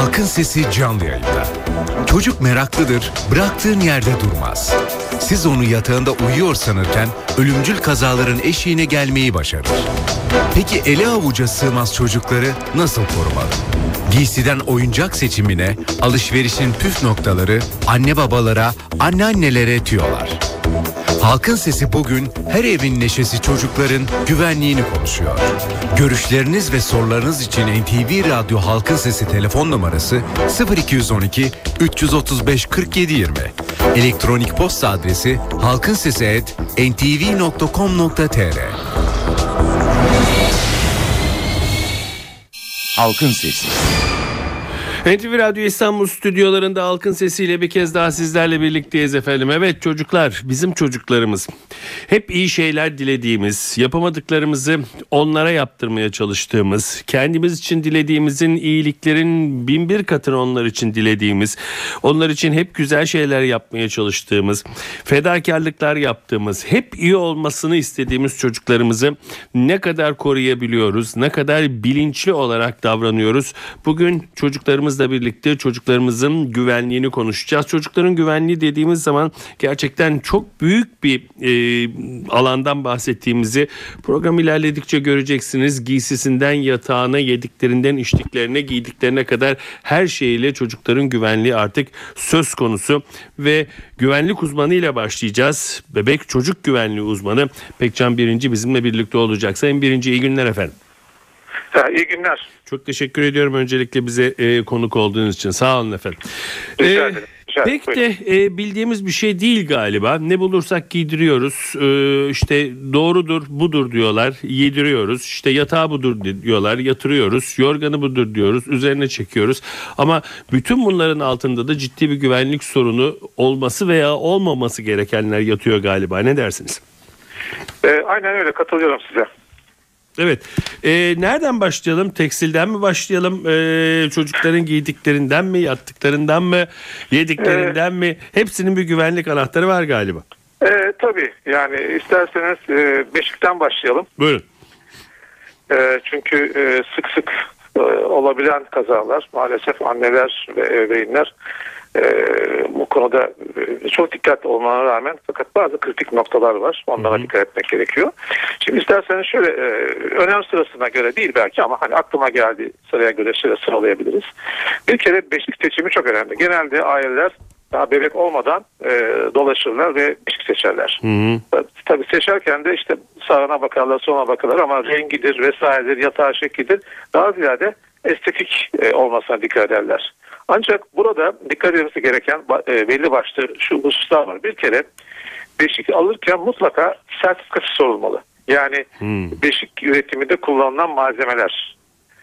Halkın Sesi canlı yayında. Çocuk meraklıdır, bıraktığın yerde durmaz. Siz onu yatağında uyuyor sanırken ölümcül kazaların eşiğine gelmeyi başarır. Peki eli avuca sığmaz çocukları nasıl korumalı? Giysiden oyuncak seçimine, alışverişin püf noktaları anne babalara, anneannelere tüyolar. Halkın Sesi bugün her evin neşesi çocukların güvenliğini konuşuyor. Görüşleriniz ve sorularınız için NTV Radyo Halkın Sesi telefon numarası 0212 335 47 20. Elektronik posta adresi halkinsesi@ntv.com.tr. Halkın Sesi. NTV Radyo İstanbul stüdyolarında Halkın Sesi'yle bir kez daha sizlerle birlikteyiz efendim. Evet çocuklar, bizim çocuklarımız. Hep iyi şeyler dilediğimiz, yapamadıklarımızı onlara yaptırmaya çalıştığımız, kendimiz için dilediğimizin iyiliklerin bin bir katını onlar için dilediğimiz, onlar için hep güzel şeyler yapmaya çalıştığımız, fedakarlıklar yaptığımız, hep iyi olmasını istediğimiz çocuklarımızı ne kadar koruyabiliyoruz, ne kadar bilinçli olarak davranıyoruz. Bugün çocuklarımızla birlikte çocuklarımızın güvenliğini konuşacağız. Çocukların güvenliği dediğimiz zaman gerçekten çok büyük bir alandan bahsettiğimizi program ilerledikçe göreceksiniz. Giysisinden yatağına, yediklerinden içtiklerine, giydiklerine kadar her şeyle çocukların güvenliği artık söz konusu ve güvenlik uzmanı ile başlayacağız. Bebek çocuk güvenliği uzmanı Pekcan Birinci bizimle birlikte olacak. Sayın Birinci, iyi günler efendim. İyi günler. Çok teşekkür ediyorum öncelikle bize konuk olduğunuz için. Sağ olun efendim. Rica ederim. Pek de bildiğimiz bir şey değil galiba. Ne bulursak giydiriyoruz. İşte doğrudur, budur diyorlar. Yediriyoruz. İşte yatağı budur diyorlar. Yatırıyoruz. Yorganı budur diyoruz. Üzerine çekiyoruz. Ama bütün bunların altında da ciddi bir güvenlik sorunu olması veya olmaması gerekenler yatıyor galiba. Ne dersiniz? Aynen öyle, katılıyorum size. Evet. Nereden başlayalım? Tekstilden mi başlayalım? Çocukların giydiklerinden mi? Yattıklarından mı? Yediklerinden mi? Hepsinin bir güvenlik anahtarı var galiba. Tabii. Yani isterseniz beşikten başlayalım. Buyurun. Çünkü sık sık olabilen kazalar maalesef anneler ve ebeveynler bu konuda çok dikkatli olmana rağmen fakat bazı kritik noktalar var. Onlara dikkat etmek gerekiyor. Şimdi isterseniz şöyle önem sırasına göre değil belki ama hani aklıma geldi sıraya göre şöyle sıralayabiliriz. Bir kere beşik seçimi çok önemli. Genelde aileler daha bebek olmadan dolaşırlar ve beşik seçerler. Tabii seçerken de işte sağına bakarlar, soluna bakarlar ama rengidir vesairedir, yatağı şeklidir. Daha ziyade estetik olmasına dikkat ederler. Ancak burada dikkat edilmesi gereken belli başlı şu hususlar var. Bir kere beşik alırken mutlaka sertifikası sorulmalı. Yani beşik üretiminde kullanılan malzemeler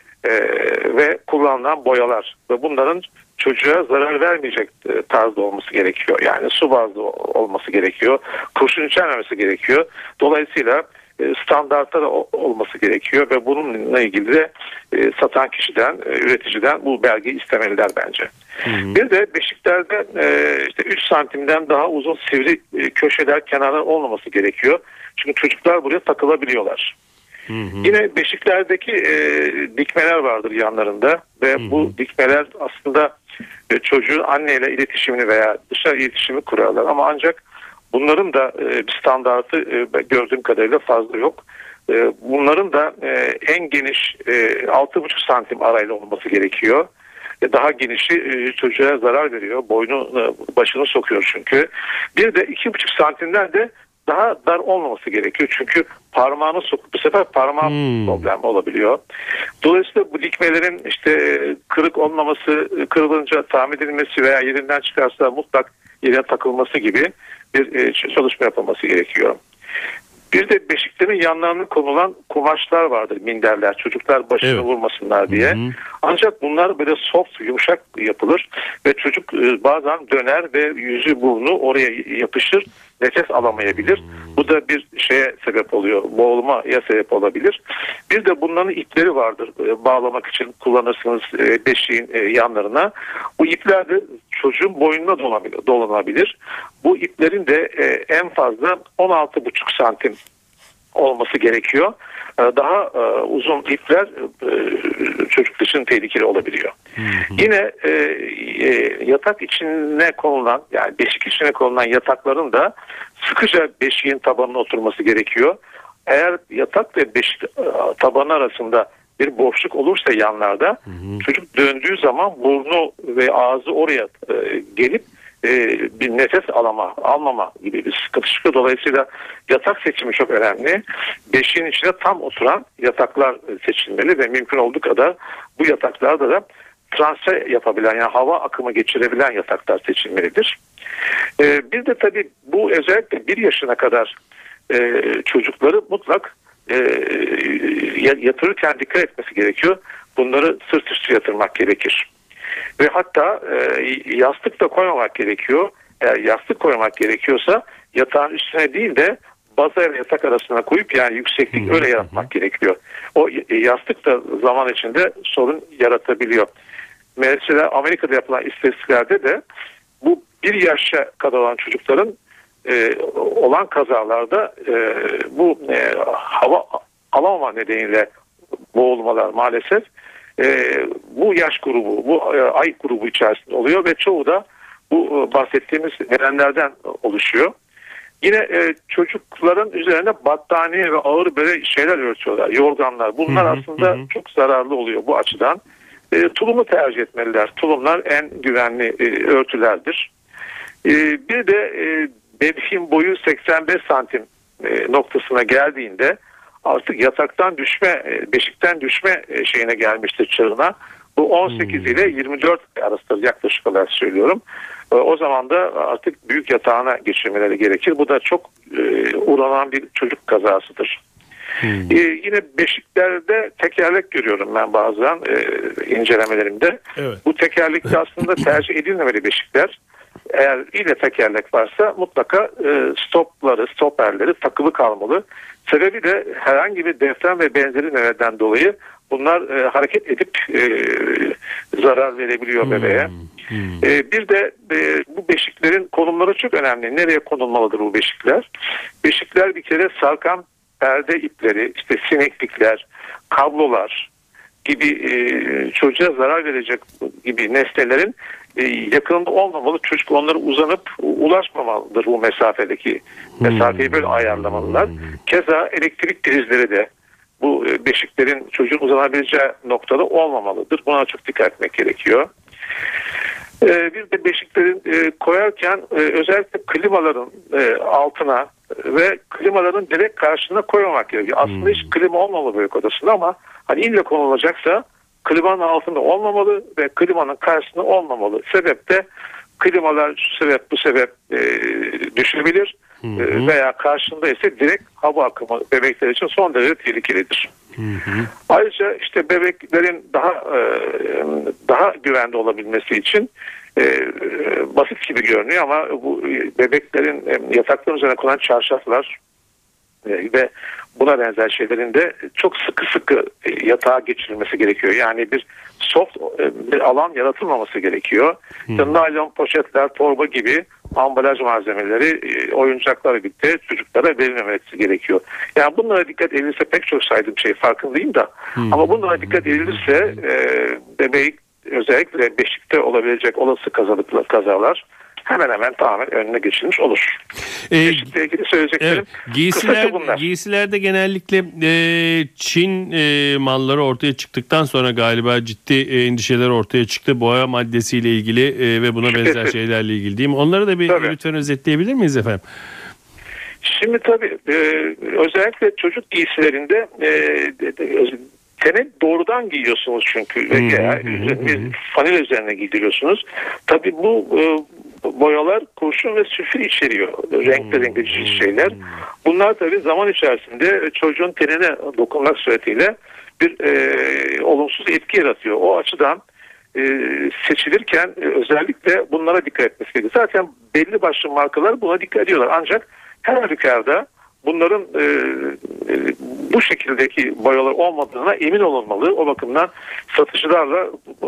ve kullanılan boyalar ve bunların çocuğa zarar vermeyecek tarzda olması gerekiyor. Yani su bazlı olması gerekiyor. Kurşun içermemesi gerekiyor. Dolayısıyla standartlar olması gerekiyor ve bununla ilgili de satan kişiden, üreticiden bu belgeyi istemeliler bence. Bir de beşiklerde işte 3 santimden daha uzun sivri köşeler, kenarlar olmaması gerekiyor. Çünkü çocuklar buraya takılabiliyorlar. Yine beşiklerdeki dikmeler vardır yanlarında ve bu dikmeler aslında çocuğun anneyle iletişimini veya dışarı iletişimi kurarlar ama ancak bunların da bir standartı gördüğüm kadarıyla fazla yok. Bunların da en geniş 6,5 santim arayla olması gerekiyor. Daha genişi çocuğa zarar veriyor. Başını sokuyor çünkü. Bir de 2,5 santimden de daha dar olmaması gerekiyor. Çünkü parmağını sokup bu sefer parmağın problem olabiliyor. Dolayısıyla bu dikmelerin işte kırık olmaması, kırılınca tamir edilmesi veya yerinden çıkarsa mutlak yerine takılması gibi bir çalışma yapılması gerekiyor. Bir de beşiklerin yanlarına konulan kumaşlar vardır, minderler. Çocuklar başını vurmasınlar diye. Ancak bunlar böyle soft, yumuşak yapılır ve çocuk bazen döner ve yüzü burnu oraya yapışır, nefes alamayabilir. Bu da bir şeye sebep oluyor, boğulmaya sebep olabilir. Bir de bunların ipleri vardır, bağlamak için kullanırsınız beşiğin yanlarına. Bu ipler de çocuğun boynuna dolanabilir. Bu iplerin de en fazla 16,5 santim olması gerekiyor. daha uzun ipler çocuk için tehlikeli olabiliyor. Yine yatak içine konulan, yani beşik içine konulan yatakların da sıkıca beşiğin tabanına oturması gerekiyor. Eğer yatak ve beşik tabanı arasında bir boşluk olursa yanlarda, çocuk döndüğü zaman burnu ve ağzı oraya gelip bir nefes almama gibi bir sıkıntı çıkıyor. Dolayısıyla yatak seçimi çok önemli. Beşiğin içine tam oturan yataklar seçilmeli ve mümkün olduğu kadar bu yataklarda da transfer yapabilen, yani hava akımı geçirebilen yataklar seçilmelidir. Bir de tabii bu özellikle 1 yaşına kadar çocukları mutlak yatırırken dikkat etmesi gerekiyor. Bunları sırt üstü yatırmak gerekir. Ve hatta yastık da koymamak gerekiyor. Eğer yastık koymak gerekiyorsa yatağın üstüne değil de baza ile yatak arasına koyup, yani yükseklik öyle yaratmak gerekiyor. O yastık da zaman içinde sorun yaratabiliyor. Mesela Amerika'da yapılan istatistiklerde de bu 1 yaşa kadar olan çocukların olan kazalarda bu hava alamama nedeniyle boğulmalar maalesef bu yaş grubu, bu ay grubu içerisinde oluyor ve çoğu da bu bahsettiğimiz nedenlerden oluşuyor. Yine çocukların üzerine battaniye ve ağır böyle şeyler örtüyorlar, yorganlar. Bunlar aslında çok zararlı oluyor bu açıdan. Tulumu tercih etmeliler. Tulumlar en güvenli örtülerdir. Bir de bebeğin boyu 85 santim noktasına geldiğinde artık yataktan düşme, beşikten düşme şeyine gelmiştir, çağına. Bu 18 ile 24 arasıdır yaklaşık olarak söylüyorum. O zaman da artık büyük yatağına geçirmeleri gerekir. Bu da çok uğranan bir çocuk kazasıdır. Yine beşiklerde tekerlek görüyorum ben bazen incelemelerimde. Evet. Bu tekerlekte aslında tercih edilmemeli beşikler. Eğer ile tekerlek varsa mutlaka stoperleri takılı kalmalı. Sebebi de herhangi bir deprem ve benzeri nedenden dolayı bunlar hareket edip zarar verebiliyor bebeğe. Bir de bu beşiklerin konumları çok önemli. Nereye konulmalıdır bu beşikler? Beşikler bir kere sarkan perde ipleri, işte sineklikler, kablolar gibi çocuğa zarar verecek gibi nesnelerin yakınında olmamalı. Çocuk onlara uzanıp ulaşmamalıdır bu mesafedeki. Mesafeyi böyle ayarlamalılar. Keza elektrik prizleri de bu beşiklerin çocuğun uzanabileceği noktada olmamalıdır. Buna çok dikkat etmek gerekiyor. Bir de beşiklerin koyarken özellikle klimaların altına ve klimaların direkt karşısına koymamak gerekiyor. Aslında hiç klima olmamalı büyük odasında ama hani ille konulacaksa klimanın altında olmamalı ve klimanın karşısında olmamalı. Sebep de klimalar şu sebep bu sebep düşebilir veya karşında ise direkt hava akımı bebekler için son derece tehlikelidir. Ayrıca işte bebeklerin daha güvende olabilmesi için basit gibi görünüyor ama bu bebeklerin yatakların üzerine konan çarşaflar ve buna benzer şeylerin de çok sıkı yatağa geçirilmesi gerekiyor. Yani bir soft bir alan yaratılmaması gerekiyor. İşte naylon poşetler, torba gibi ambalaj malzemeleri oyuncaklarla birlikte çocuklara verilmemesi gerekiyor. Yani bunlara dikkat edilirse pek çok saydığım şey farkındayım da ama bunlara dikkat edilirse bebeği özellikle beşikte olabilecek olası kazalar hemen hemen tamamen önüne geçilmiş olur. Beşikle ilgili söyleyeceklerim kısaca bunlar. Giysilerde genellikle Çin malları ortaya çıktıktan sonra galiba ciddi endişeler ortaya çıktı. Boya maddesiyle ilgili ve buna benzer şeylerle ilgili değil mi? Onları da lütfen özetleyebilir miyiz efendim? Şimdi tabii özellikle çocuk giysilerinde tene doğrudan giyiyorsunuz çünkü bir fanil üzerine giydiriyorsunuz. Tabii bu boyalar kurşun ve sülfür içeriyor. Renkli şeyler. Bunlar tabii zaman içerisinde çocuğun tenine dokunmak suretiyle bir olumsuz etki yaratıyor. O açıdan seçilirken özellikle bunlara dikkat etmesi gerekiyor. Zaten belli başlı markalar buna dikkat ediyorlar. Ancak her halükarda bunların bu şekildeki boyalar olmadığına emin olunmalı. O bakımdan satıcılarla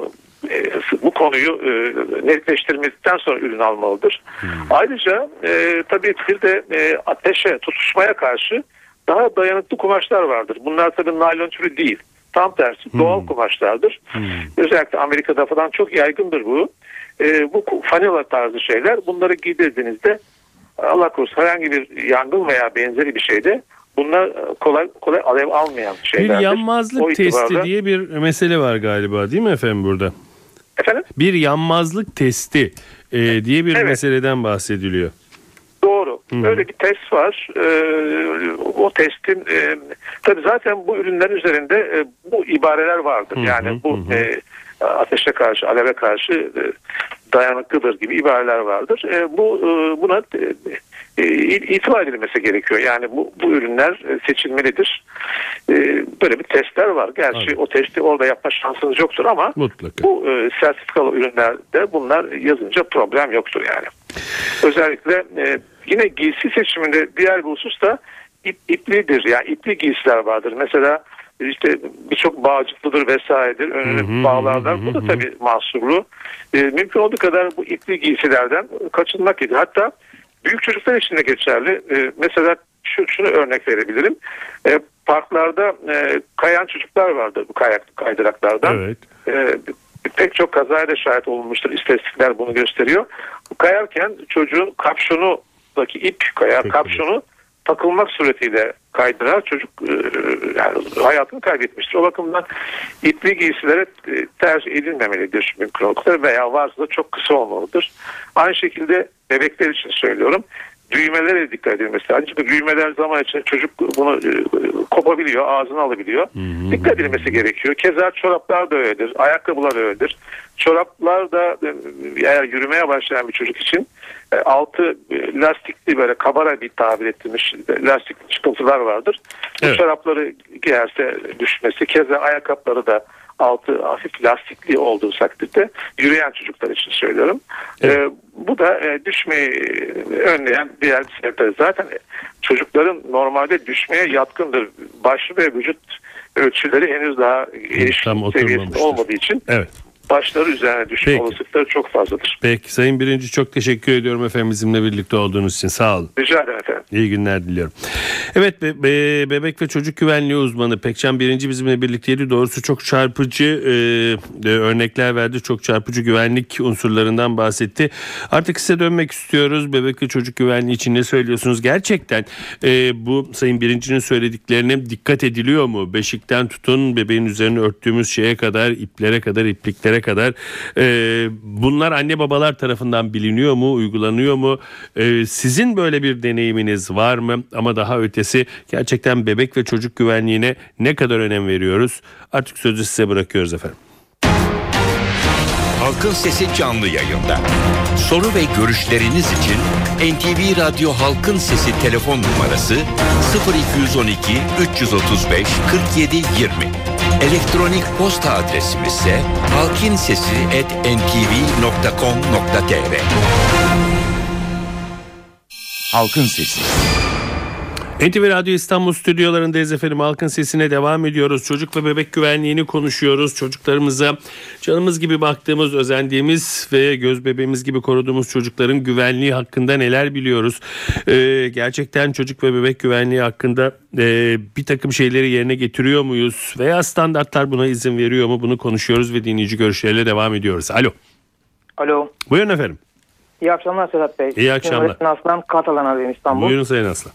bu konuyu netleştirmedikten sonra ürün almalıdır. Ayrıca tabii bir de ateşe, tutuşmaya karşı daha dayanıklı kumaşlar vardır. Bunlar tabii naylon türü değil. Tam tersi doğal kumaşlardır. Özellikle Amerika'da falan çok yaygındır bu. Bu fanila tarzı şeyler. Bunları giydirdiğinizde Allah korusun herhangi bir yangın veya benzeri bir şeyde bunlar kolay alev almayan şeylerdir. Bir yanmazlık testi diye bir mesele var galiba, değil mi efendim burada? Efendim? Bir yanmazlık testi diye bir meseleden bahsediliyor. Doğru. Öyle bir test var. O testin tabii zaten bu ürünlerin üzerinde bu ibareler vardır. Yani bu ateşe karşı, aleve karşı dayanıklıdır gibi ibareler vardır. Buna itibar edilmesi gerekiyor. Yani bu ürünler seçilmelidir. Böyle bir testler var. Gerçi o testi orada yapma şansınız yoktur ama mutlaka. Bu sertifikalı ürünlerde bunlar yazınca problem yoktur yani. Özellikle yine giysi seçiminde diğer bir husus da iplidir. Yani ipli giysiler vardır. Mesela işte birçok bağcıklıdır vesairedir. Önüne bağlarlar. Bu da tabii mahsurlu. Mümkün olduğu kadar bu ipli giysilerden kaçınmak gerekiyor. Hatta büyük çocuklar için de geçerli. Mesela şunu örnek verebilirim. Parklarda kayan çocuklar vardır bu kaydıraklardan. Evet. Pek çok kazaya da şahit olunmuştur. İstatistikler bunu gösteriyor. Kayarken çocuğun kapşonundaki ip kapşonu takılmak suretiyle kaydırar. Çocuk yani hayatını kaybetmiştir. O bakımdan ipli giysilere tercih edilmemelidir mümkün olduğu veya varsa da çok kısa olmalıdır. Aynı şekilde bebekler için söylüyorum. Düğmelere dikkat edilmesi lazım. Çünkü düğmeler zaman içinde çocuk bunu kopabiliyor, ağzına alabiliyor. Dikkat edilmesi gerekiyor. Keza çoraplar da öyledir, ayakkabılar öyledir. Çoraplar da eğer yürümeye başlayan bir çocuk için altı lastikli böyle kabara bir tabir ettiğimiz lastik çıkıntılar vardır. Evet. Bu çorapları giyerse düşmesi, keza ayakkabıları da altı hafif lastikli olduğu takdirde yürüyen çocuklar için söylüyorum. Evet. Bu da düşmeyi önleyen diğer bir sebepler. Zaten çocukların normalde düşmeye yatkındır. Baş ve vücut ölçüleri henüz daha erişim seviyesinde olmadığı için başları üzerine düşme olasılıkları çok fazladır. Peki Sayın Birinci, çok teşekkür ediyorum efendim bizimle birlikte olduğunuz için. Sağ olun. Rica ederim efendim. İyi günler diliyorum. Evet, bebek ve çocuk güvenliği uzmanı Pekcan Birinci bizimle birlikteydi. Doğrusu çok çarpıcı örnekler verdi. Çok çarpıcı güvenlik unsurlarından bahsetti. Artık size dönmek istiyoruz. Bebek ve çocuk güvenliği için ne söylüyorsunuz? Gerçekten bu Sayın Birinci'nin söylediklerine dikkat ediliyor mu? Beşikten tutun bebeğin üzerine örttüğümüz şeye kadar, iplere kadar, ipliklere kadar. Bunlar anne babalar tarafından biliniyor mu, uygulanıyor mu? Sizin böyle bir deneyiminiz var mı? Ama daha ötesi, gerçekten bebek ve çocuk güvenliğine ne kadar önem veriyoruz? Artık sözü size bırakıyoruz efendim. Halkın Sesi canlı yayında. Soru ve görüşleriniz için NTV Radyo Halkın Sesi telefon numarası 0212 335 47 20. Elektronik posta adresimiz ise halkinsesi@ntv.com.tr. Halkın Sesi. NTV Radyo İstanbul stüdyolarındayız efendim. Halkın Sesi'ne devam ediyoruz. Çocuk ve bebek güvenliğini konuşuyoruz. Çocuklarımıza canımız gibi baktığımız, özendiğimiz ve göz bebeğimiz gibi koruduğumuz çocukların güvenliği hakkında neler biliyoruz? Gerçekten çocuk ve bebek güvenliği hakkında bir takım şeyleri yerine getiriyor muyuz? Veya standartlar buna izin veriyor mu? Bunu konuşuyoruz ve dinleyici görüşleriyle devam ediyoruz. Alo. Alo. Buyurun efendim. İyi akşamlar Sedat Bey. İyi akşamlar. Aslan Kartalan arıyorum İstanbul. Buyurun Sayın Aslan.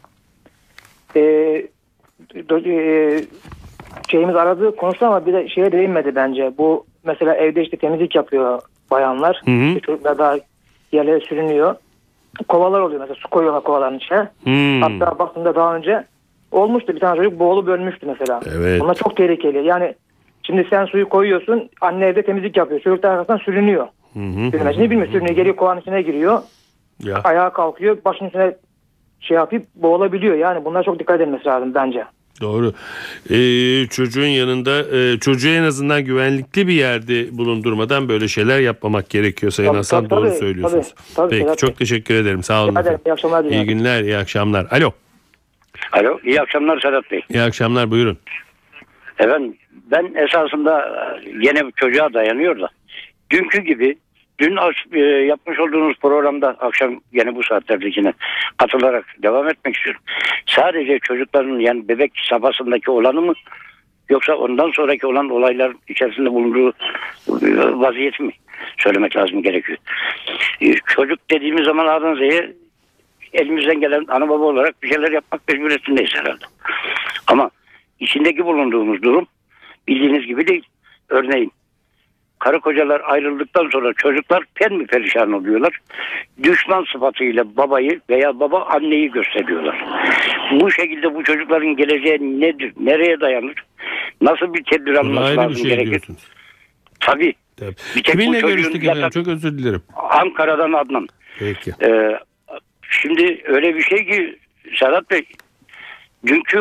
Şeyimiz aradığı konuştu ama bir de şeye değinmedi bence. Bu mesela evde işte temizlik yapıyor bayanlar. İşte çocuklar daha yerlere sürünüyor. Kovalar oluyor mesela, su koyuyorlar kovaların içine. Hatta baktığımda daha önce olmuştu, bir tane çocuk boğulup ölmüştü mesela. Evet. Onlar çok tehlikeli. Yani şimdi sen suyu koyuyorsun, anne evde temizlik yapıyor. Çocuk da arkasından sürünüyor. Sürünmesini bilmiyor. Sürünüyor, geliyor kovanın içine giriyor. Ya. Ayağa kalkıyor, başının üstüne şey yapıp boğulabiliyor. Yani bunlara çok dikkat edilmesi lazım bence. Doğru. Çocuğun yanında çocuğu en azından güvenlikli bir yerde bulundurmadan böyle şeyler yapmamak gerekiyor Sayın Hasan. Doğru söylüyorsunuz. Tabii, peki çok teşekkür ederim. Sağ olun. İyi akşamlar diliyorum. İyi günler, iyi akşamlar. Alo. Alo, iyi akşamlar Sedat Bey. İyi akşamlar, buyurun. Efendim, ben esasında gene çocuğa dayanıyor da dünkü gibi dün yapmış olduğunuz programda akşam yine bu saatlerdekine katılarak devam etmek istiyorum. Sadece çocukların yani bebek safhasındaki olanı mı yoksa ondan sonraki olan olaylar içerisinde bulunduğu vaziyeti mi söylemek lazım gerekiyor. Çocuk dediğimiz zaman A'dan Z'ye elimizden gelen ana baba olarak bir şeyler yapmak mecburiyetindeyiz herhalde. Ama içindeki bulunduğumuz durum bildiğiniz gibi değil. Örneğin karı kocalar ayrıldıktan sonra çocuklar perişan oluyorlar. Düşman sıfatıyla babayı veya baba anneyi gösteriyorlar. Bu şekilde bu çocukların geleceği nedir? Nereye dayanır? Nasıl bir tedbir alması lazım şey gerekir? Diyorsunuz. Tabii. Kiminle görüştük efendim? Çok özür dilerim. Ankara'dan Adnan. Peki. Şimdi öyle bir şey ki Serhat Bey, dünkü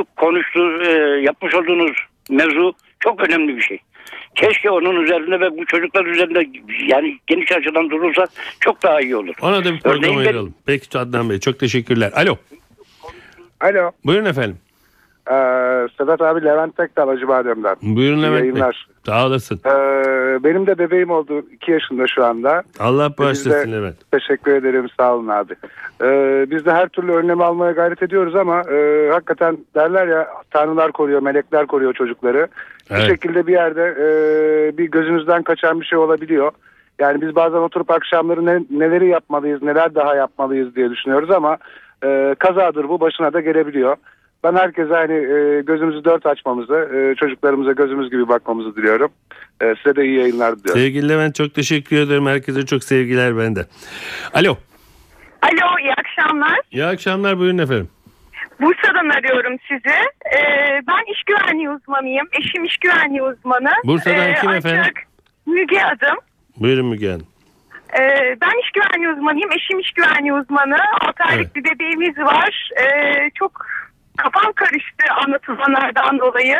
yapmış olduğunuz mevzu çok önemli bir şey. Keşke onun üzerinde ve bu çocuklar üzerinde yani geniş açıdan durursa çok daha iyi olur. Ona da bir program ayıralım. Peki Adnan Bey, çok teşekkürler. Alo. Alo. Buyurun efendim. Sedat abi, Levent Tekdal Acıbadem'den. Buyurun Levent yayınlar. Bey. Sağ olasın. Benim de bebeğim oldu, 2 yaşında şu anda. Allah bağışlasın Levent. Teşekkür ederim, sağ olun abi. Biz de her türlü önlem almaya gayret ediyoruz ama hakikaten derler ya, tanrılar koruyor, melekler koruyor çocukları. Evet. Bir şekilde bir yerde bir gözümüzden kaçan bir şey olabiliyor. Yani biz bazen oturup akşamları neleri yapmalıyız, neler daha yapmalıyız diye düşünüyoruz ama kazadır bu, başına da gelebiliyor. Ben herkese gözümüzü dört açmamızı, çocuklarımıza gözümüz gibi bakmamızı diliyorum. Size de iyi yayınlar diliyorum. Sevgili Levent, çok teşekkür ederim. Herkese çok sevgiler benden. Alo. Alo, iyi akşamlar. İyi akşamlar, buyurun efendim. Bursa'dan arıyorum sizi. Ben iş güvenliği uzmanıyım. Eşim iş güvenliği uzmanı. Bursa'dan kim efendim? Müge adım. Buyurun Müge Hanım. Ben iş güvenliği uzmanıyım. Eşim iş güvenliği uzmanı. 6 aylık bir bebeğimiz var. Çok kafam karıştı anlatılanlardan dolayı.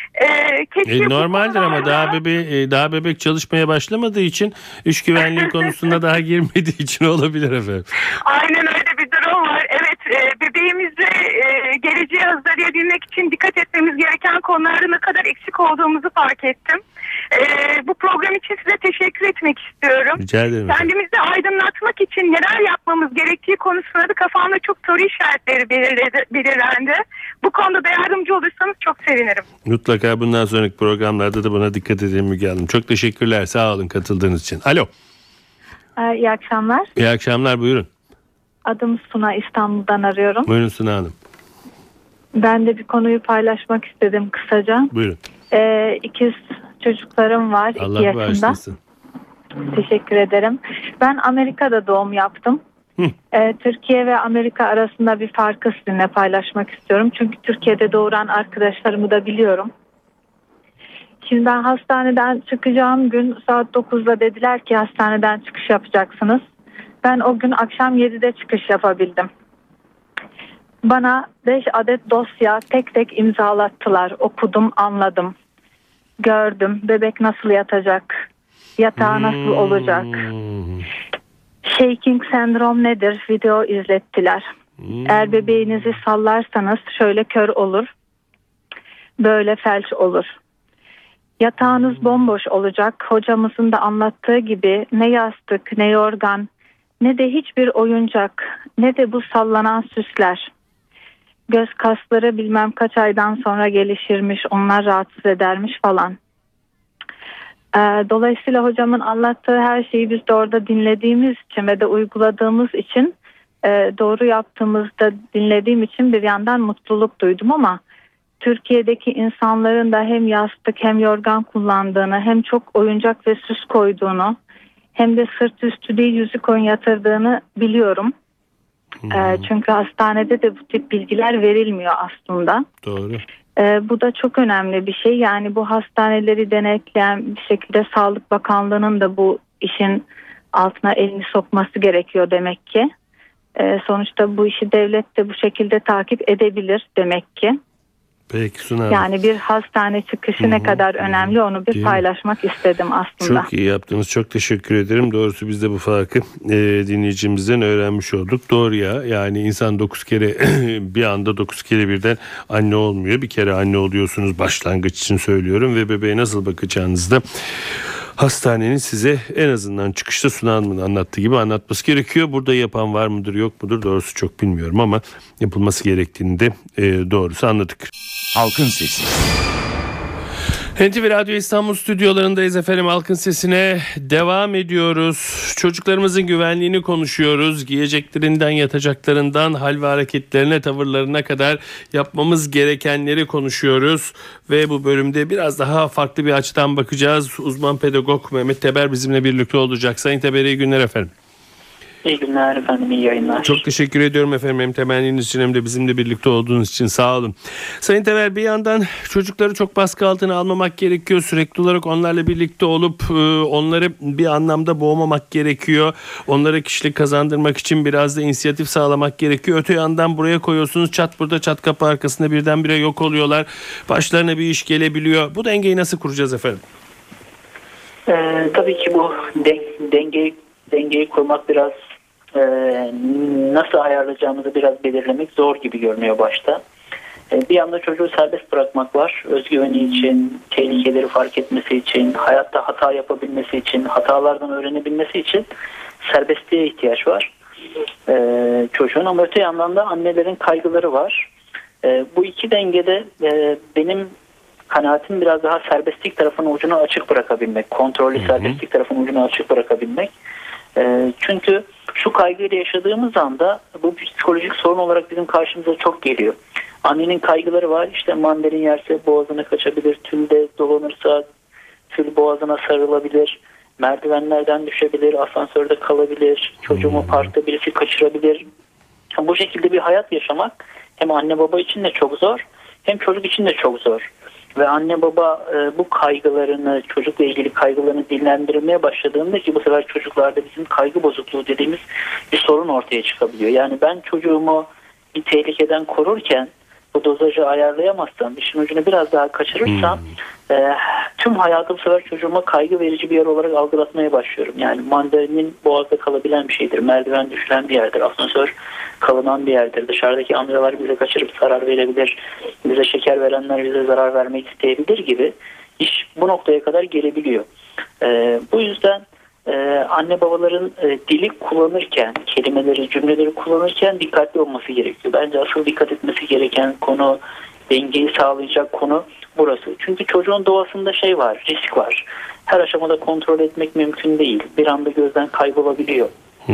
Normaldir ama daha bebek çalışmaya başlamadığı için, iş güvenliği konusunda daha girmediği için olabilir efendim. Aynen öyle bir durum var. Evet, bebeğimizi geleceğe hazırlayabilmek için dikkat etmemiz gereken konularda ne kadar eksik olduğumuzu fark ettim. Bu program için size teşekkür etmek istiyorum. Rica ederim. Kendimizi aydınlatmak için neler yapmamız gerektiği konusunda da kafamda çok soru işaretleri belirlendi. Bu konuda da yardımcı olursanız çok sevinirim. Mutlaka bundan sonraki programlarda da buna dikkat edelim Müge Hanım. Çok teşekkürler, sağ olun katıldığınız için. Alo. İyi akşamlar. İyi akşamlar, buyurun. Adım Suna, İstanbul'dan arıyorum. Buyurun Suna Hanım. Ben de bir konuyu paylaşmak istedim kısaca. Buyurun. İkiz çocuklarım var, 2 Allah yaşında. bağışlasın. Teşekkür ederim. Ben Amerika'da doğum yaptım. Türkiye ve Amerika arasında bir farkı sizinle paylaşmak istiyorum. Çünkü Türkiye'de doğuran arkadaşlarımı da biliyorum. Şimdi ben hastaneden çıkacağım gün saat 9'da dediler ki hastaneden çıkış yapacaksınız. Ben o gün akşam 7'de çıkış yapabildim. Bana 5 adet dosya tek tek imzalattılar. Okudum, anladım. Gördüm. Bebek nasıl yatacak? Yatağı nasıl olacak? Shaking sendrom nedir? Video izlettiler. Eğer bebeğinizi sallarsanız şöyle kör olur. Böyle felç olur. Yatağınız bomboş olacak. Hocamızın da anlattığı gibi ne yastık, ne yorgan, ne de hiçbir oyuncak, ne de bu sallanan süsler. Göz kasları bilmem kaç aydan sonra gelişirmiş, onlar rahatsız edermiş falan. Dolayısıyla hocamın anlattığı her şeyi biz de orada dinlediğimiz için ve de uyguladığımız için, doğru yaptığımızda dinlediğim için bir yandan mutluluk duydum ama Türkiye'deki insanların da hem yastık hem yorgan kullandığını, hem çok oyuncak ve süs koyduğunu, hem de sırt üstü değil yüzük oyun yatırdığını biliyorum. Çünkü hastanede de bu tip bilgiler verilmiyor aslında. Doğru. Bu da çok önemli bir şey. Yani bu hastaneleri denetleyen bir şekilde Sağlık Bakanlığı'nın da bu işin altına elini sokması gerekiyor demek ki. Sonuçta bu işi devlet de bu şekilde takip edebilir demek ki. Peki Suna Hanım. Yani bir hastane çıkışı ne kadar önemli onu bir paylaşmak istedim aslında. Çok iyi yaptınız. Çok teşekkür ederim. Doğrusu biz de bu farkı dinleyicimizden öğrenmiş olduk. Doğru ya. Yani insan 9 kere bir anda 9 kere birden anne olmuyor. Bir kere anne oluyorsunuz, başlangıç için söylüyorum, ve bebeğe nasıl bakacağınızı da hastanenin size en azından çıkışta Suna Hanım'ın anlattığı gibi anlatması gerekiyor. Burada yapan var mıdır yok mudur doğrusu çok bilmiyorum ama yapılması gerektiğini de doğrusu anladık. Halkın Sesi. NTV Radyo İstanbul stüdyolarındayız efendim. Halkın Sesi'ne devam ediyoruz. Çocuklarımızın güvenliğini konuşuyoruz. Giyeceklerinden, yatacaklarından, hal ve hareketlerine, tavırlarına kadar yapmamız gerekenleri konuşuyoruz. Ve bu bölümde biraz daha farklı bir açıdan bakacağız. Uzman pedagog Mehmet Teber bizimle birlikte olacak. Sayın Teber, iyi günler efendim. İyi günler efendim, iyi yayınlar. Çok teşekkür ediyorum efendim, hem temenniniz için hem de bizimle birlikte olduğunuz için sağ olun. Sayın Teber, bir yandan çocukları çok baskı altına almamak gerekiyor. Sürekli olarak onlarla birlikte olup onları bir anlamda boğmamak gerekiyor. Onlara kişilik kazandırmak için biraz da inisiyatif sağlamak gerekiyor. Öte yandan buraya koyuyorsunuz, çat burada çat kapı arkasında birdenbire yok oluyorlar. Başlarına bir iş gelebiliyor. Bu dengeyi nasıl kuracağız efendim? Tabii ki bu dengeyi kurmak biraz nasıl ayarlayacağımızı biraz belirlemek zor gibi görünüyor başta. Bir yanda çocuğu serbest bırakmak var. Özgüveni için, tehlikeleri fark etmesi için, hayatta hata yapabilmesi için, hatalardan öğrenebilmesi için serbestliğe ihtiyaç var çocuğun. Ama öte yandan da annelerin kaygıları var. Bu iki dengede benim kanaatim biraz daha serbestlik tarafının ucunu açık bırakabilmek. Kontrollü serbestlik tarafının ucunu açık bırakabilmek. Çünkü şu kaygıyla yaşadığımız anda bu psikolojik sorun olarak bizim karşımıza çok geliyor. Annenin kaygıları var. İşte mandalin yerse boğazına kaçabilir. Tülde dolanırsa tül boğazına sarılabilir. Merdivenlerden düşebilir. Asansörde kalabilir. Çocuğumu parkta birisi kaçırabilir. Bu şekilde bir hayat yaşamak hem anne baba için de çok zor, hem çocuk için de çok zor. Ve anne baba bu kaygılarını, çocukla ilgili kaygılarını dillendirmeye başladığında ki bu sefer çocuklarda bizim kaygı bozukluğu dediğimiz bir sorun ortaya çıkabiliyor. Yani ben çocuğumu bir tehlikeden korurken bu dozajı ayarlayamazsam, işin ucunu biraz daha kaçırırsam tüm hayatı bu sefer çocuğuma kaygı verici bir yer olarak algılatmaya başlıyorum. Yani mandalinin boğazda kalabilen bir şeydir, merdiven düşülen bir yerdir, asansör kalınan bir yerdir. Dışarıdaki amcalar bize kaçırıp zarar verebilir, bize şeker verenler bize zarar vermek isteyebilir gibi iş bu noktaya kadar gelebiliyor. Bu yüzden anne babaların dili kullanırken, kelimeleri, cümleleri kullanırken dikkatli olması gerekiyor. Bence asıl dikkat etmesi gereken konu, dengeyi sağlayacak konu burası. Çünkü çocuğun doğasında şey var, risk var. Her aşamada kontrol etmek mümkün değil. Bir anda gözden kaybolabiliyor.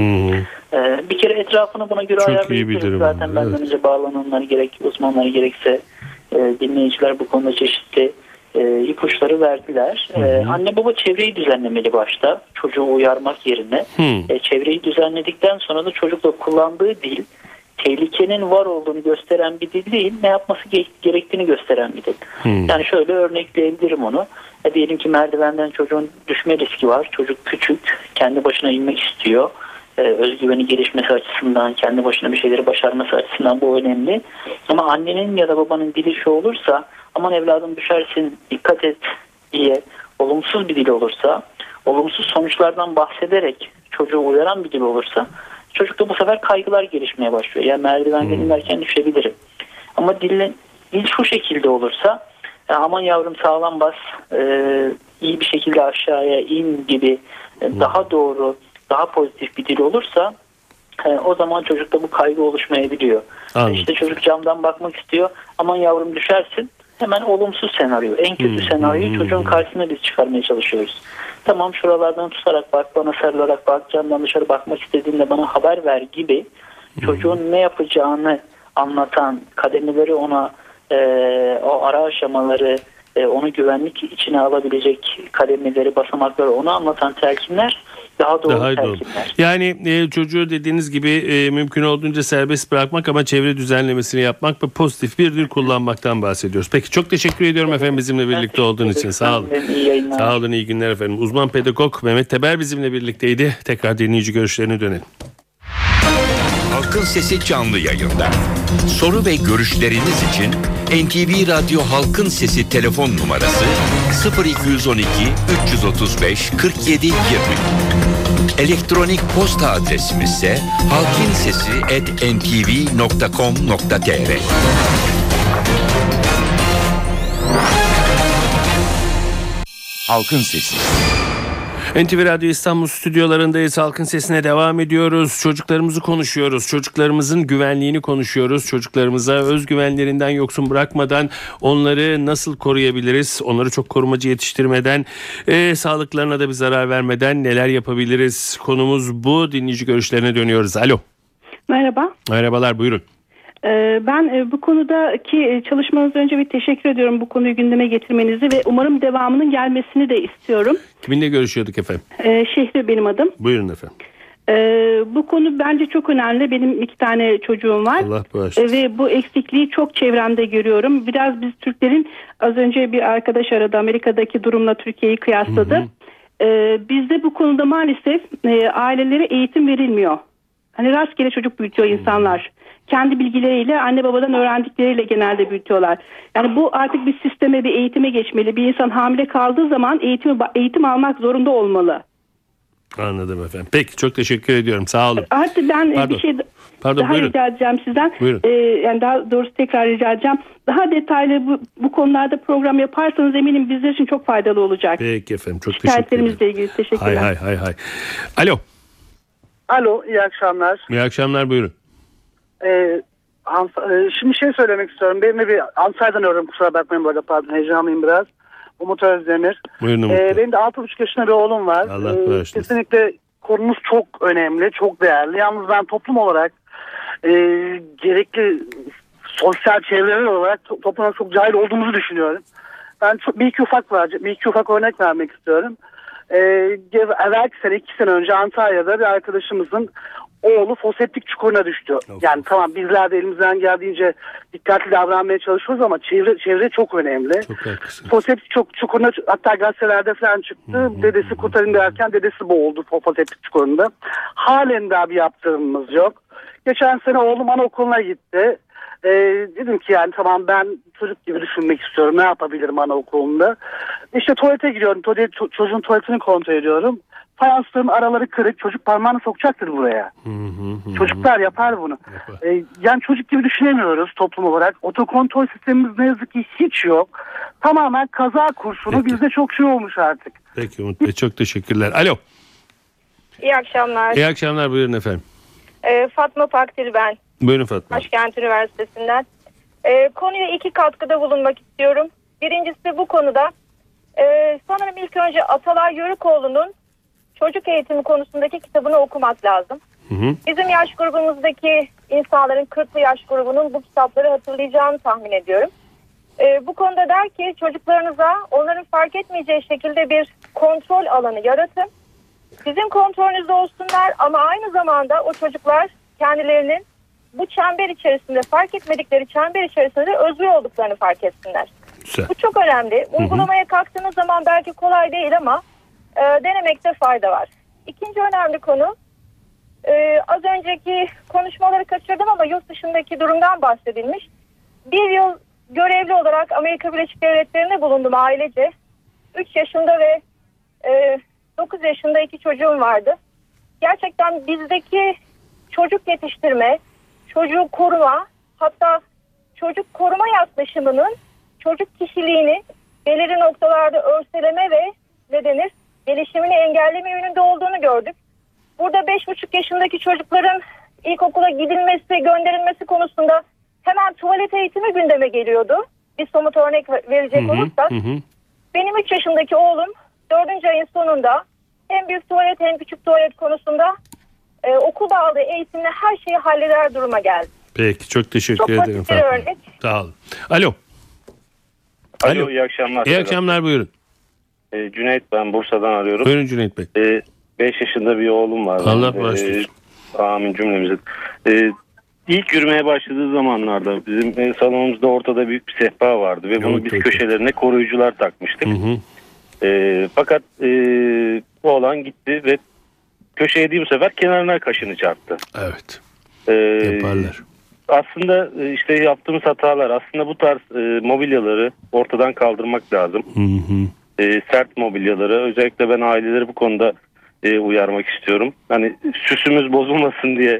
Bir kere etrafını buna göre ayarlayabiliriz. Zaten benden önce bağlananlar gerek uzmanlar gerekse dinleyiciler bu konuda çeşitli ipuçları verdiler. Anne baba çevreyi düzenlemeli başta çocuğu uyarmak yerine. Çevreyi düzenledikten sonra da çocukla kullandığı dil tehlikenin var olduğunu gösteren bir dil değil, ne yapması gerektiğini gösteren bir dil. Yani şöyle örnekleyebilirim onu. Diyelim ki merdivenden çocuğun düşme riski var. Çocuk küçük, kendi başına inmek istiyor. Özgüveni gelişmesi açısından, kendi başına bir şeyleri başarması açısından bu önemli. Ama annenin ya da babanın dili şu olursa, aman evladım düşersin, dikkat et diye olumsuz bir dil olursa, olumsuz sonuçlardan bahsederek çocuğu uyaran bir dil olursa, çocukta bu sefer kaygılar gelişmeye başlıyor. Yani merdivenden inerken düşebilirim. Ama dil şu şekilde olursa, aman yavrum sağlam bas, iyi bir şekilde aşağıya in gibi daha doğru, daha pozitif bir dil olursa o zaman çocukta bu kaygı oluşmayabiliyor. İşte çocuk camdan bakmak istiyor, aman yavrum düşersin, hemen olumsuz senaryo, en kötü senaryoyu çocuğun karşısına biz çıkarmaya çalışıyoruz. Tamam, şuralardan tutarak bak, bana sarılarak bak, camdan dışarı bakmak istediğinde bana haber ver gibi çocuğun ne yapacağını anlatan kademeleri, ona o ara aşamaları, onu güvenlik içine alabilecek kademeleri, basamakları ona anlatan telkinler daha doğru telkinler. Yani çocuğu dediğiniz gibi mümkün olduğunca serbest bırakmak ama çevre düzenlemesini yapmak ve pozitif bir dil kullanmaktan bahsediyoruz. Peki, çok teşekkür ediyorum efendim bizimle birlikte olduğunuz için. Sağ olun. Sağ olun, iyi günler efendim. Uzman pedagog Mehmet Teber bizimle birlikteydi. Tekrar dinleyici görüşlerine dönelim. Halkın Sesi canlı yayında. Soru ve görüşleriniz için NTV Radyo Halkın Sesi telefon numarası 0212 335 47 20. Elektronik posta adresimiz ise halkinsesi@ntv.com.tr. Halkın Sesi. NTV Radyo İstanbul stüdyolarındayız. Halkın Sesi'ne devam ediyoruz. Çocuklarımızı konuşuyoruz. Çocuklarımızın güvenliğini konuşuyoruz. Çocuklarımıza özgüvenlerinden yoksun bırakmadan onları nasıl koruyabiliriz? Onları çok korumacı yetiştirmeden, sağlıklarına da bir zarar vermeden neler yapabiliriz? Konumuz bu. Dinleyici görüşlerine dönüyoruz. Alo. Merhaba. Merhabalar, buyurun. Ben bu konudaki çalışmanızdan önce bir teşekkür ediyorum, bu konuyu gündeme getirmenizi ve umarım devamının gelmesini de istiyorum. Kiminle görüşüyorduk efendim? Şehri benim adım. Buyurun efendim. Bu konu bence çok önemli. Benim 2 tane çocuğum var. Allah bağışlasın. Ve bu eksikliği çok çevremde görüyorum. Biraz biz Türklerin, az önce bir arkadaş aradı, Amerika'daki durumla Türkiye'yi kıyasladı. Bizde bu konuda maalesef ailelere eğitim verilmiyor. Hani rastgele çocuk büyütüyor insanlar. Kendi bilgileriyle, anne babadan öğrendikleriyle genelde büyütüyorlar. Yani bu artık bir sisteme, bir eğitime geçmeli. Bir insan hamile kaldığı zaman eğitim almak zorunda olmalı. Anladım efendim. Peki, çok teşekkür ediyorum. Sağ olun. Artık ben bir şey daha buyurun. rica edeceğim sizden. Yani daha doğrusu tekrar rica edeceğim. Daha detaylı bu konularda program yaparsanız eminim bizler için çok faydalı olacak. Peki efendim, çok teşekkür ederim. Şikayetlerimizle ilgili teşekkürler. Hay. Alo. Alo, iyi akşamlar. İyi akşamlar, buyurun. Şimdi şey söylemek istiyorum. Benim de bir Antalya'dan arıyorum, kusura bakmayın bu arada, pardon, heyecanlıyım biraz. Umut Özdemir. Buyurun Umut. Benim de 6,5 yaşında bir oğlum var. Allah bağışlasın. Kesinlikle konumuz çok önemli, çok değerli. Yalnız ben toplum olarak gerekli sosyal çevreler olarak topluma çok cahil olduğumuzu düşünüyorum. Ben bir iki ufak örnek vermek istiyorum. Evvelki sene 2 sene önce Antalya'da bir arkadaşımızın oğlu foseptik çukuruna düştü. Yani tamam, bizler de elimizden geldiğince dikkatli davranmaya çalışıyoruz ama çevre çok önemli. Foseptik çukuruna, hatta gazetelerde falan çıktı. Dedesi kurtarın derken dedesi boğuldu foseptik çukurunda. Halen daha bir yaptırımımız yok. Geçen sene oğlum anaokuluna gitti. Dedim ki yani tamam, ben çocuk gibi düşünmek istiyorum. Ne yapabilirim anaokulunda? İşte tuvalete gidiyorum. Çocuğun tuvaletini kontrol ediyorum. Fayansların araları kırık. Çocuk parmağını sokacaktır buraya. Çocuklar yapar bunu. Yani çocuk gibi düşünemiyoruz toplum olarak. Otokontrol sistemimiz ne yazık ki hiç yok. Tamamen kaza kurşunu. Bizde çok şey olmuş artık. Peki Umut Bey, çok teşekkürler. Alo. İyi akşamlar. İyi akşamlar, buyurun efendim. Fatma Pakdil ben. Buyurun Fatma. Başkent Üniversitesi'nden. Konuya 2 katkıda bulunmak istiyorum. Birincisi, bu konuda sanırım ilk önce Atalay Yörükoğlu'nun çocuk eğitimi konusundaki kitabını okumak lazım. Bizim yaş grubumuzdaki insanların, 40'lı yaş grubunun bu kitapları hatırlayacağını tahmin ediyorum. Bu konuda der ki, çocuklarınıza onların fark etmeyeceği şekilde bir kontrol alanı yaratın. Sizin kontrolünüzde olsunlar ama aynı zamanda o çocuklar kendilerinin bu çember içerisinde, fark etmedikleri çember içerisinde özgür olduklarını fark etsinler. Güzel. Bu çok önemli. Uygulamaya kalktığınız zaman belki kolay değil ama denemekte fayda var. İkinci önemli konu, az önceki konuşmaları kaçırdım ama yurt dışındaki durumdan bahsedilmiş. 1 yıl görevli olarak Amerika Birleşik Devletleri'nde bulundum ailece. 3 yaşında ve 9 yaşında 2 çocuğum vardı. Gerçekten bizdeki çocuk yetiştirme, çocuğu koruma, hatta çocuk koruma yaklaşımının çocuk kişiliğini belirli noktalarda örseleme ve gelişimini engelleme yönünde olduğunu gördük. Burada 5,5 yaşındaki çocukların ilkokula gidilmesi, gönderilmesi konusunda hemen tuvalet eğitimi gündeme geliyordu. Bir somut örnek verecek olursak, benim 3 yaşındaki oğlum 4. ayın sonunda hem büyük tuvalet hem küçük tuvalet konusunda okulda aldığı eğitimle her şeyi halleder duruma geldi. Peki, çok teşekkür ederim. Çok basit bir örnek. Sağ olun. Alo. Alo, iyi akşamlar. İyi akşamlar, buyurun. Cüneyt, ben Bursa'dan arıyorum. Buyurun Cüneyt Bey. 5 yaşında bir oğlum var. Allah bağışlasın. Amin cümlemizin. İlk yürümeye başladığı zamanlarda bizim salonumuzda ortada büyük bir sehpa vardı ve bunu biz köşelerine koruyucular takmıştık. Fakat bu oğlan gitti ve köşeye değil, bu sefer kenarına kaşını çarptı. Evet. Yaparlar. Aslında işte yaptığımız hatalar, aslında bu tarz mobilyaları ortadan kaldırmak lazım. Sert mobilyaları, özellikle ben aileleri bu konuda uyarmak istiyorum. Hani süsümüz bozulmasın diye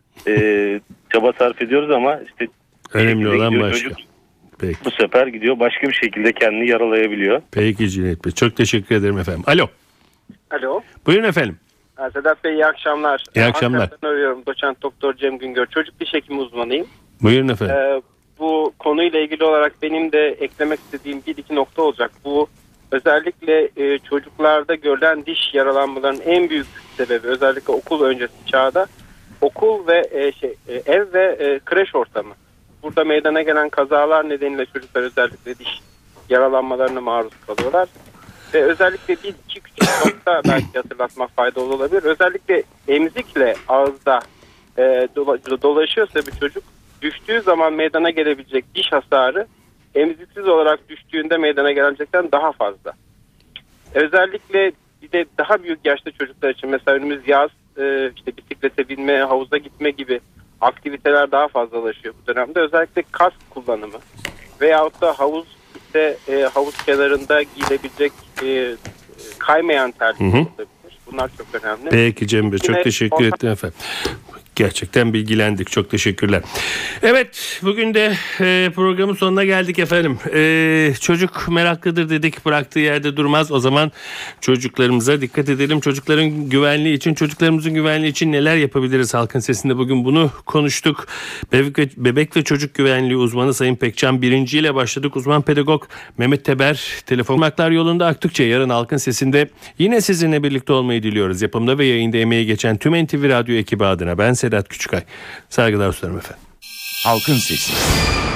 çaba sarf ediyoruz ama işte önemli olan başka. Çocuk, peki. Bu sefer gidiyor başka bir şekilde kendini yaralayabiliyor. Peki Cüneyt Bey, çok teşekkür ederim efendim. Alo. Alo. Buyurun efendim. Sedat Bey iyi akşamlar. İyi akşamlar. Ankara'dan arıyorum. Doçent Doktor Cem Güngör. Çocuk diş hekimi uzmanıyım. Buyurun efendim. Bu konuyla ilgili olarak benim de eklemek istediğim bir iki nokta olacak. Bu özellikle çocuklarda görülen diş yaralanmalarının en büyük sebebi özellikle okul öncesi çağda okul ve ev ve kreş ortamı. Burada meydana gelen kazalar nedeniyle çocuklar özellikle diş yaralanmalarına maruz kalıyorlar. Ve özellikle bir iki küçük nokta belki hatırlatmak faydalı olabilir. Özellikle emzikle ağızda dolaşıyorsa bir çocuk düştüğü zaman meydana gelebilecek diş hasarı emziksiz olarak düştüğünde meydana gelecekten daha fazla. Özellikle bir de daha büyük yaşta çocuklar için mesela önümüz yaz işte bisiklete binme, havuza gitme gibi aktiviteler daha fazlalaşıyor bu dönemde. Özellikle kask kullanımı veyahut da havuz kenarında giyilebilecek kaymayan terlik olabilir. Bunlar çok önemli. Peki Cem Bey, çok teşekkür ettim efendim. Gerçekten bilgilendik. Çok teşekkürler. Evet, bugün de programın sonuna geldik efendim. Çocuk meraklıdır dedik, bıraktığı yerde durmaz. O zaman çocuklarımıza dikkat edelim. Çocukların güvenliği için, çocuklarımızın güvenliği için neler yapabiliriz? Halkın Sesi'nde bugün bunu konuştuk. Bebek ve çocuk güvenliği uzmanı Sayın Pekcan Birinci ile başladık. Uzman pedagog Mehmet Teber telefonlar yolunda aktıkça yarın Halkın Sesi'nde yine sizinle birlikte olmayı diliyoruz. Yapımda ve yayında emeği geçen tüm NTV Radyo ekibi adına ben Sedat Küçükay. Saygılar sunarım efendim. Halkın Sesi.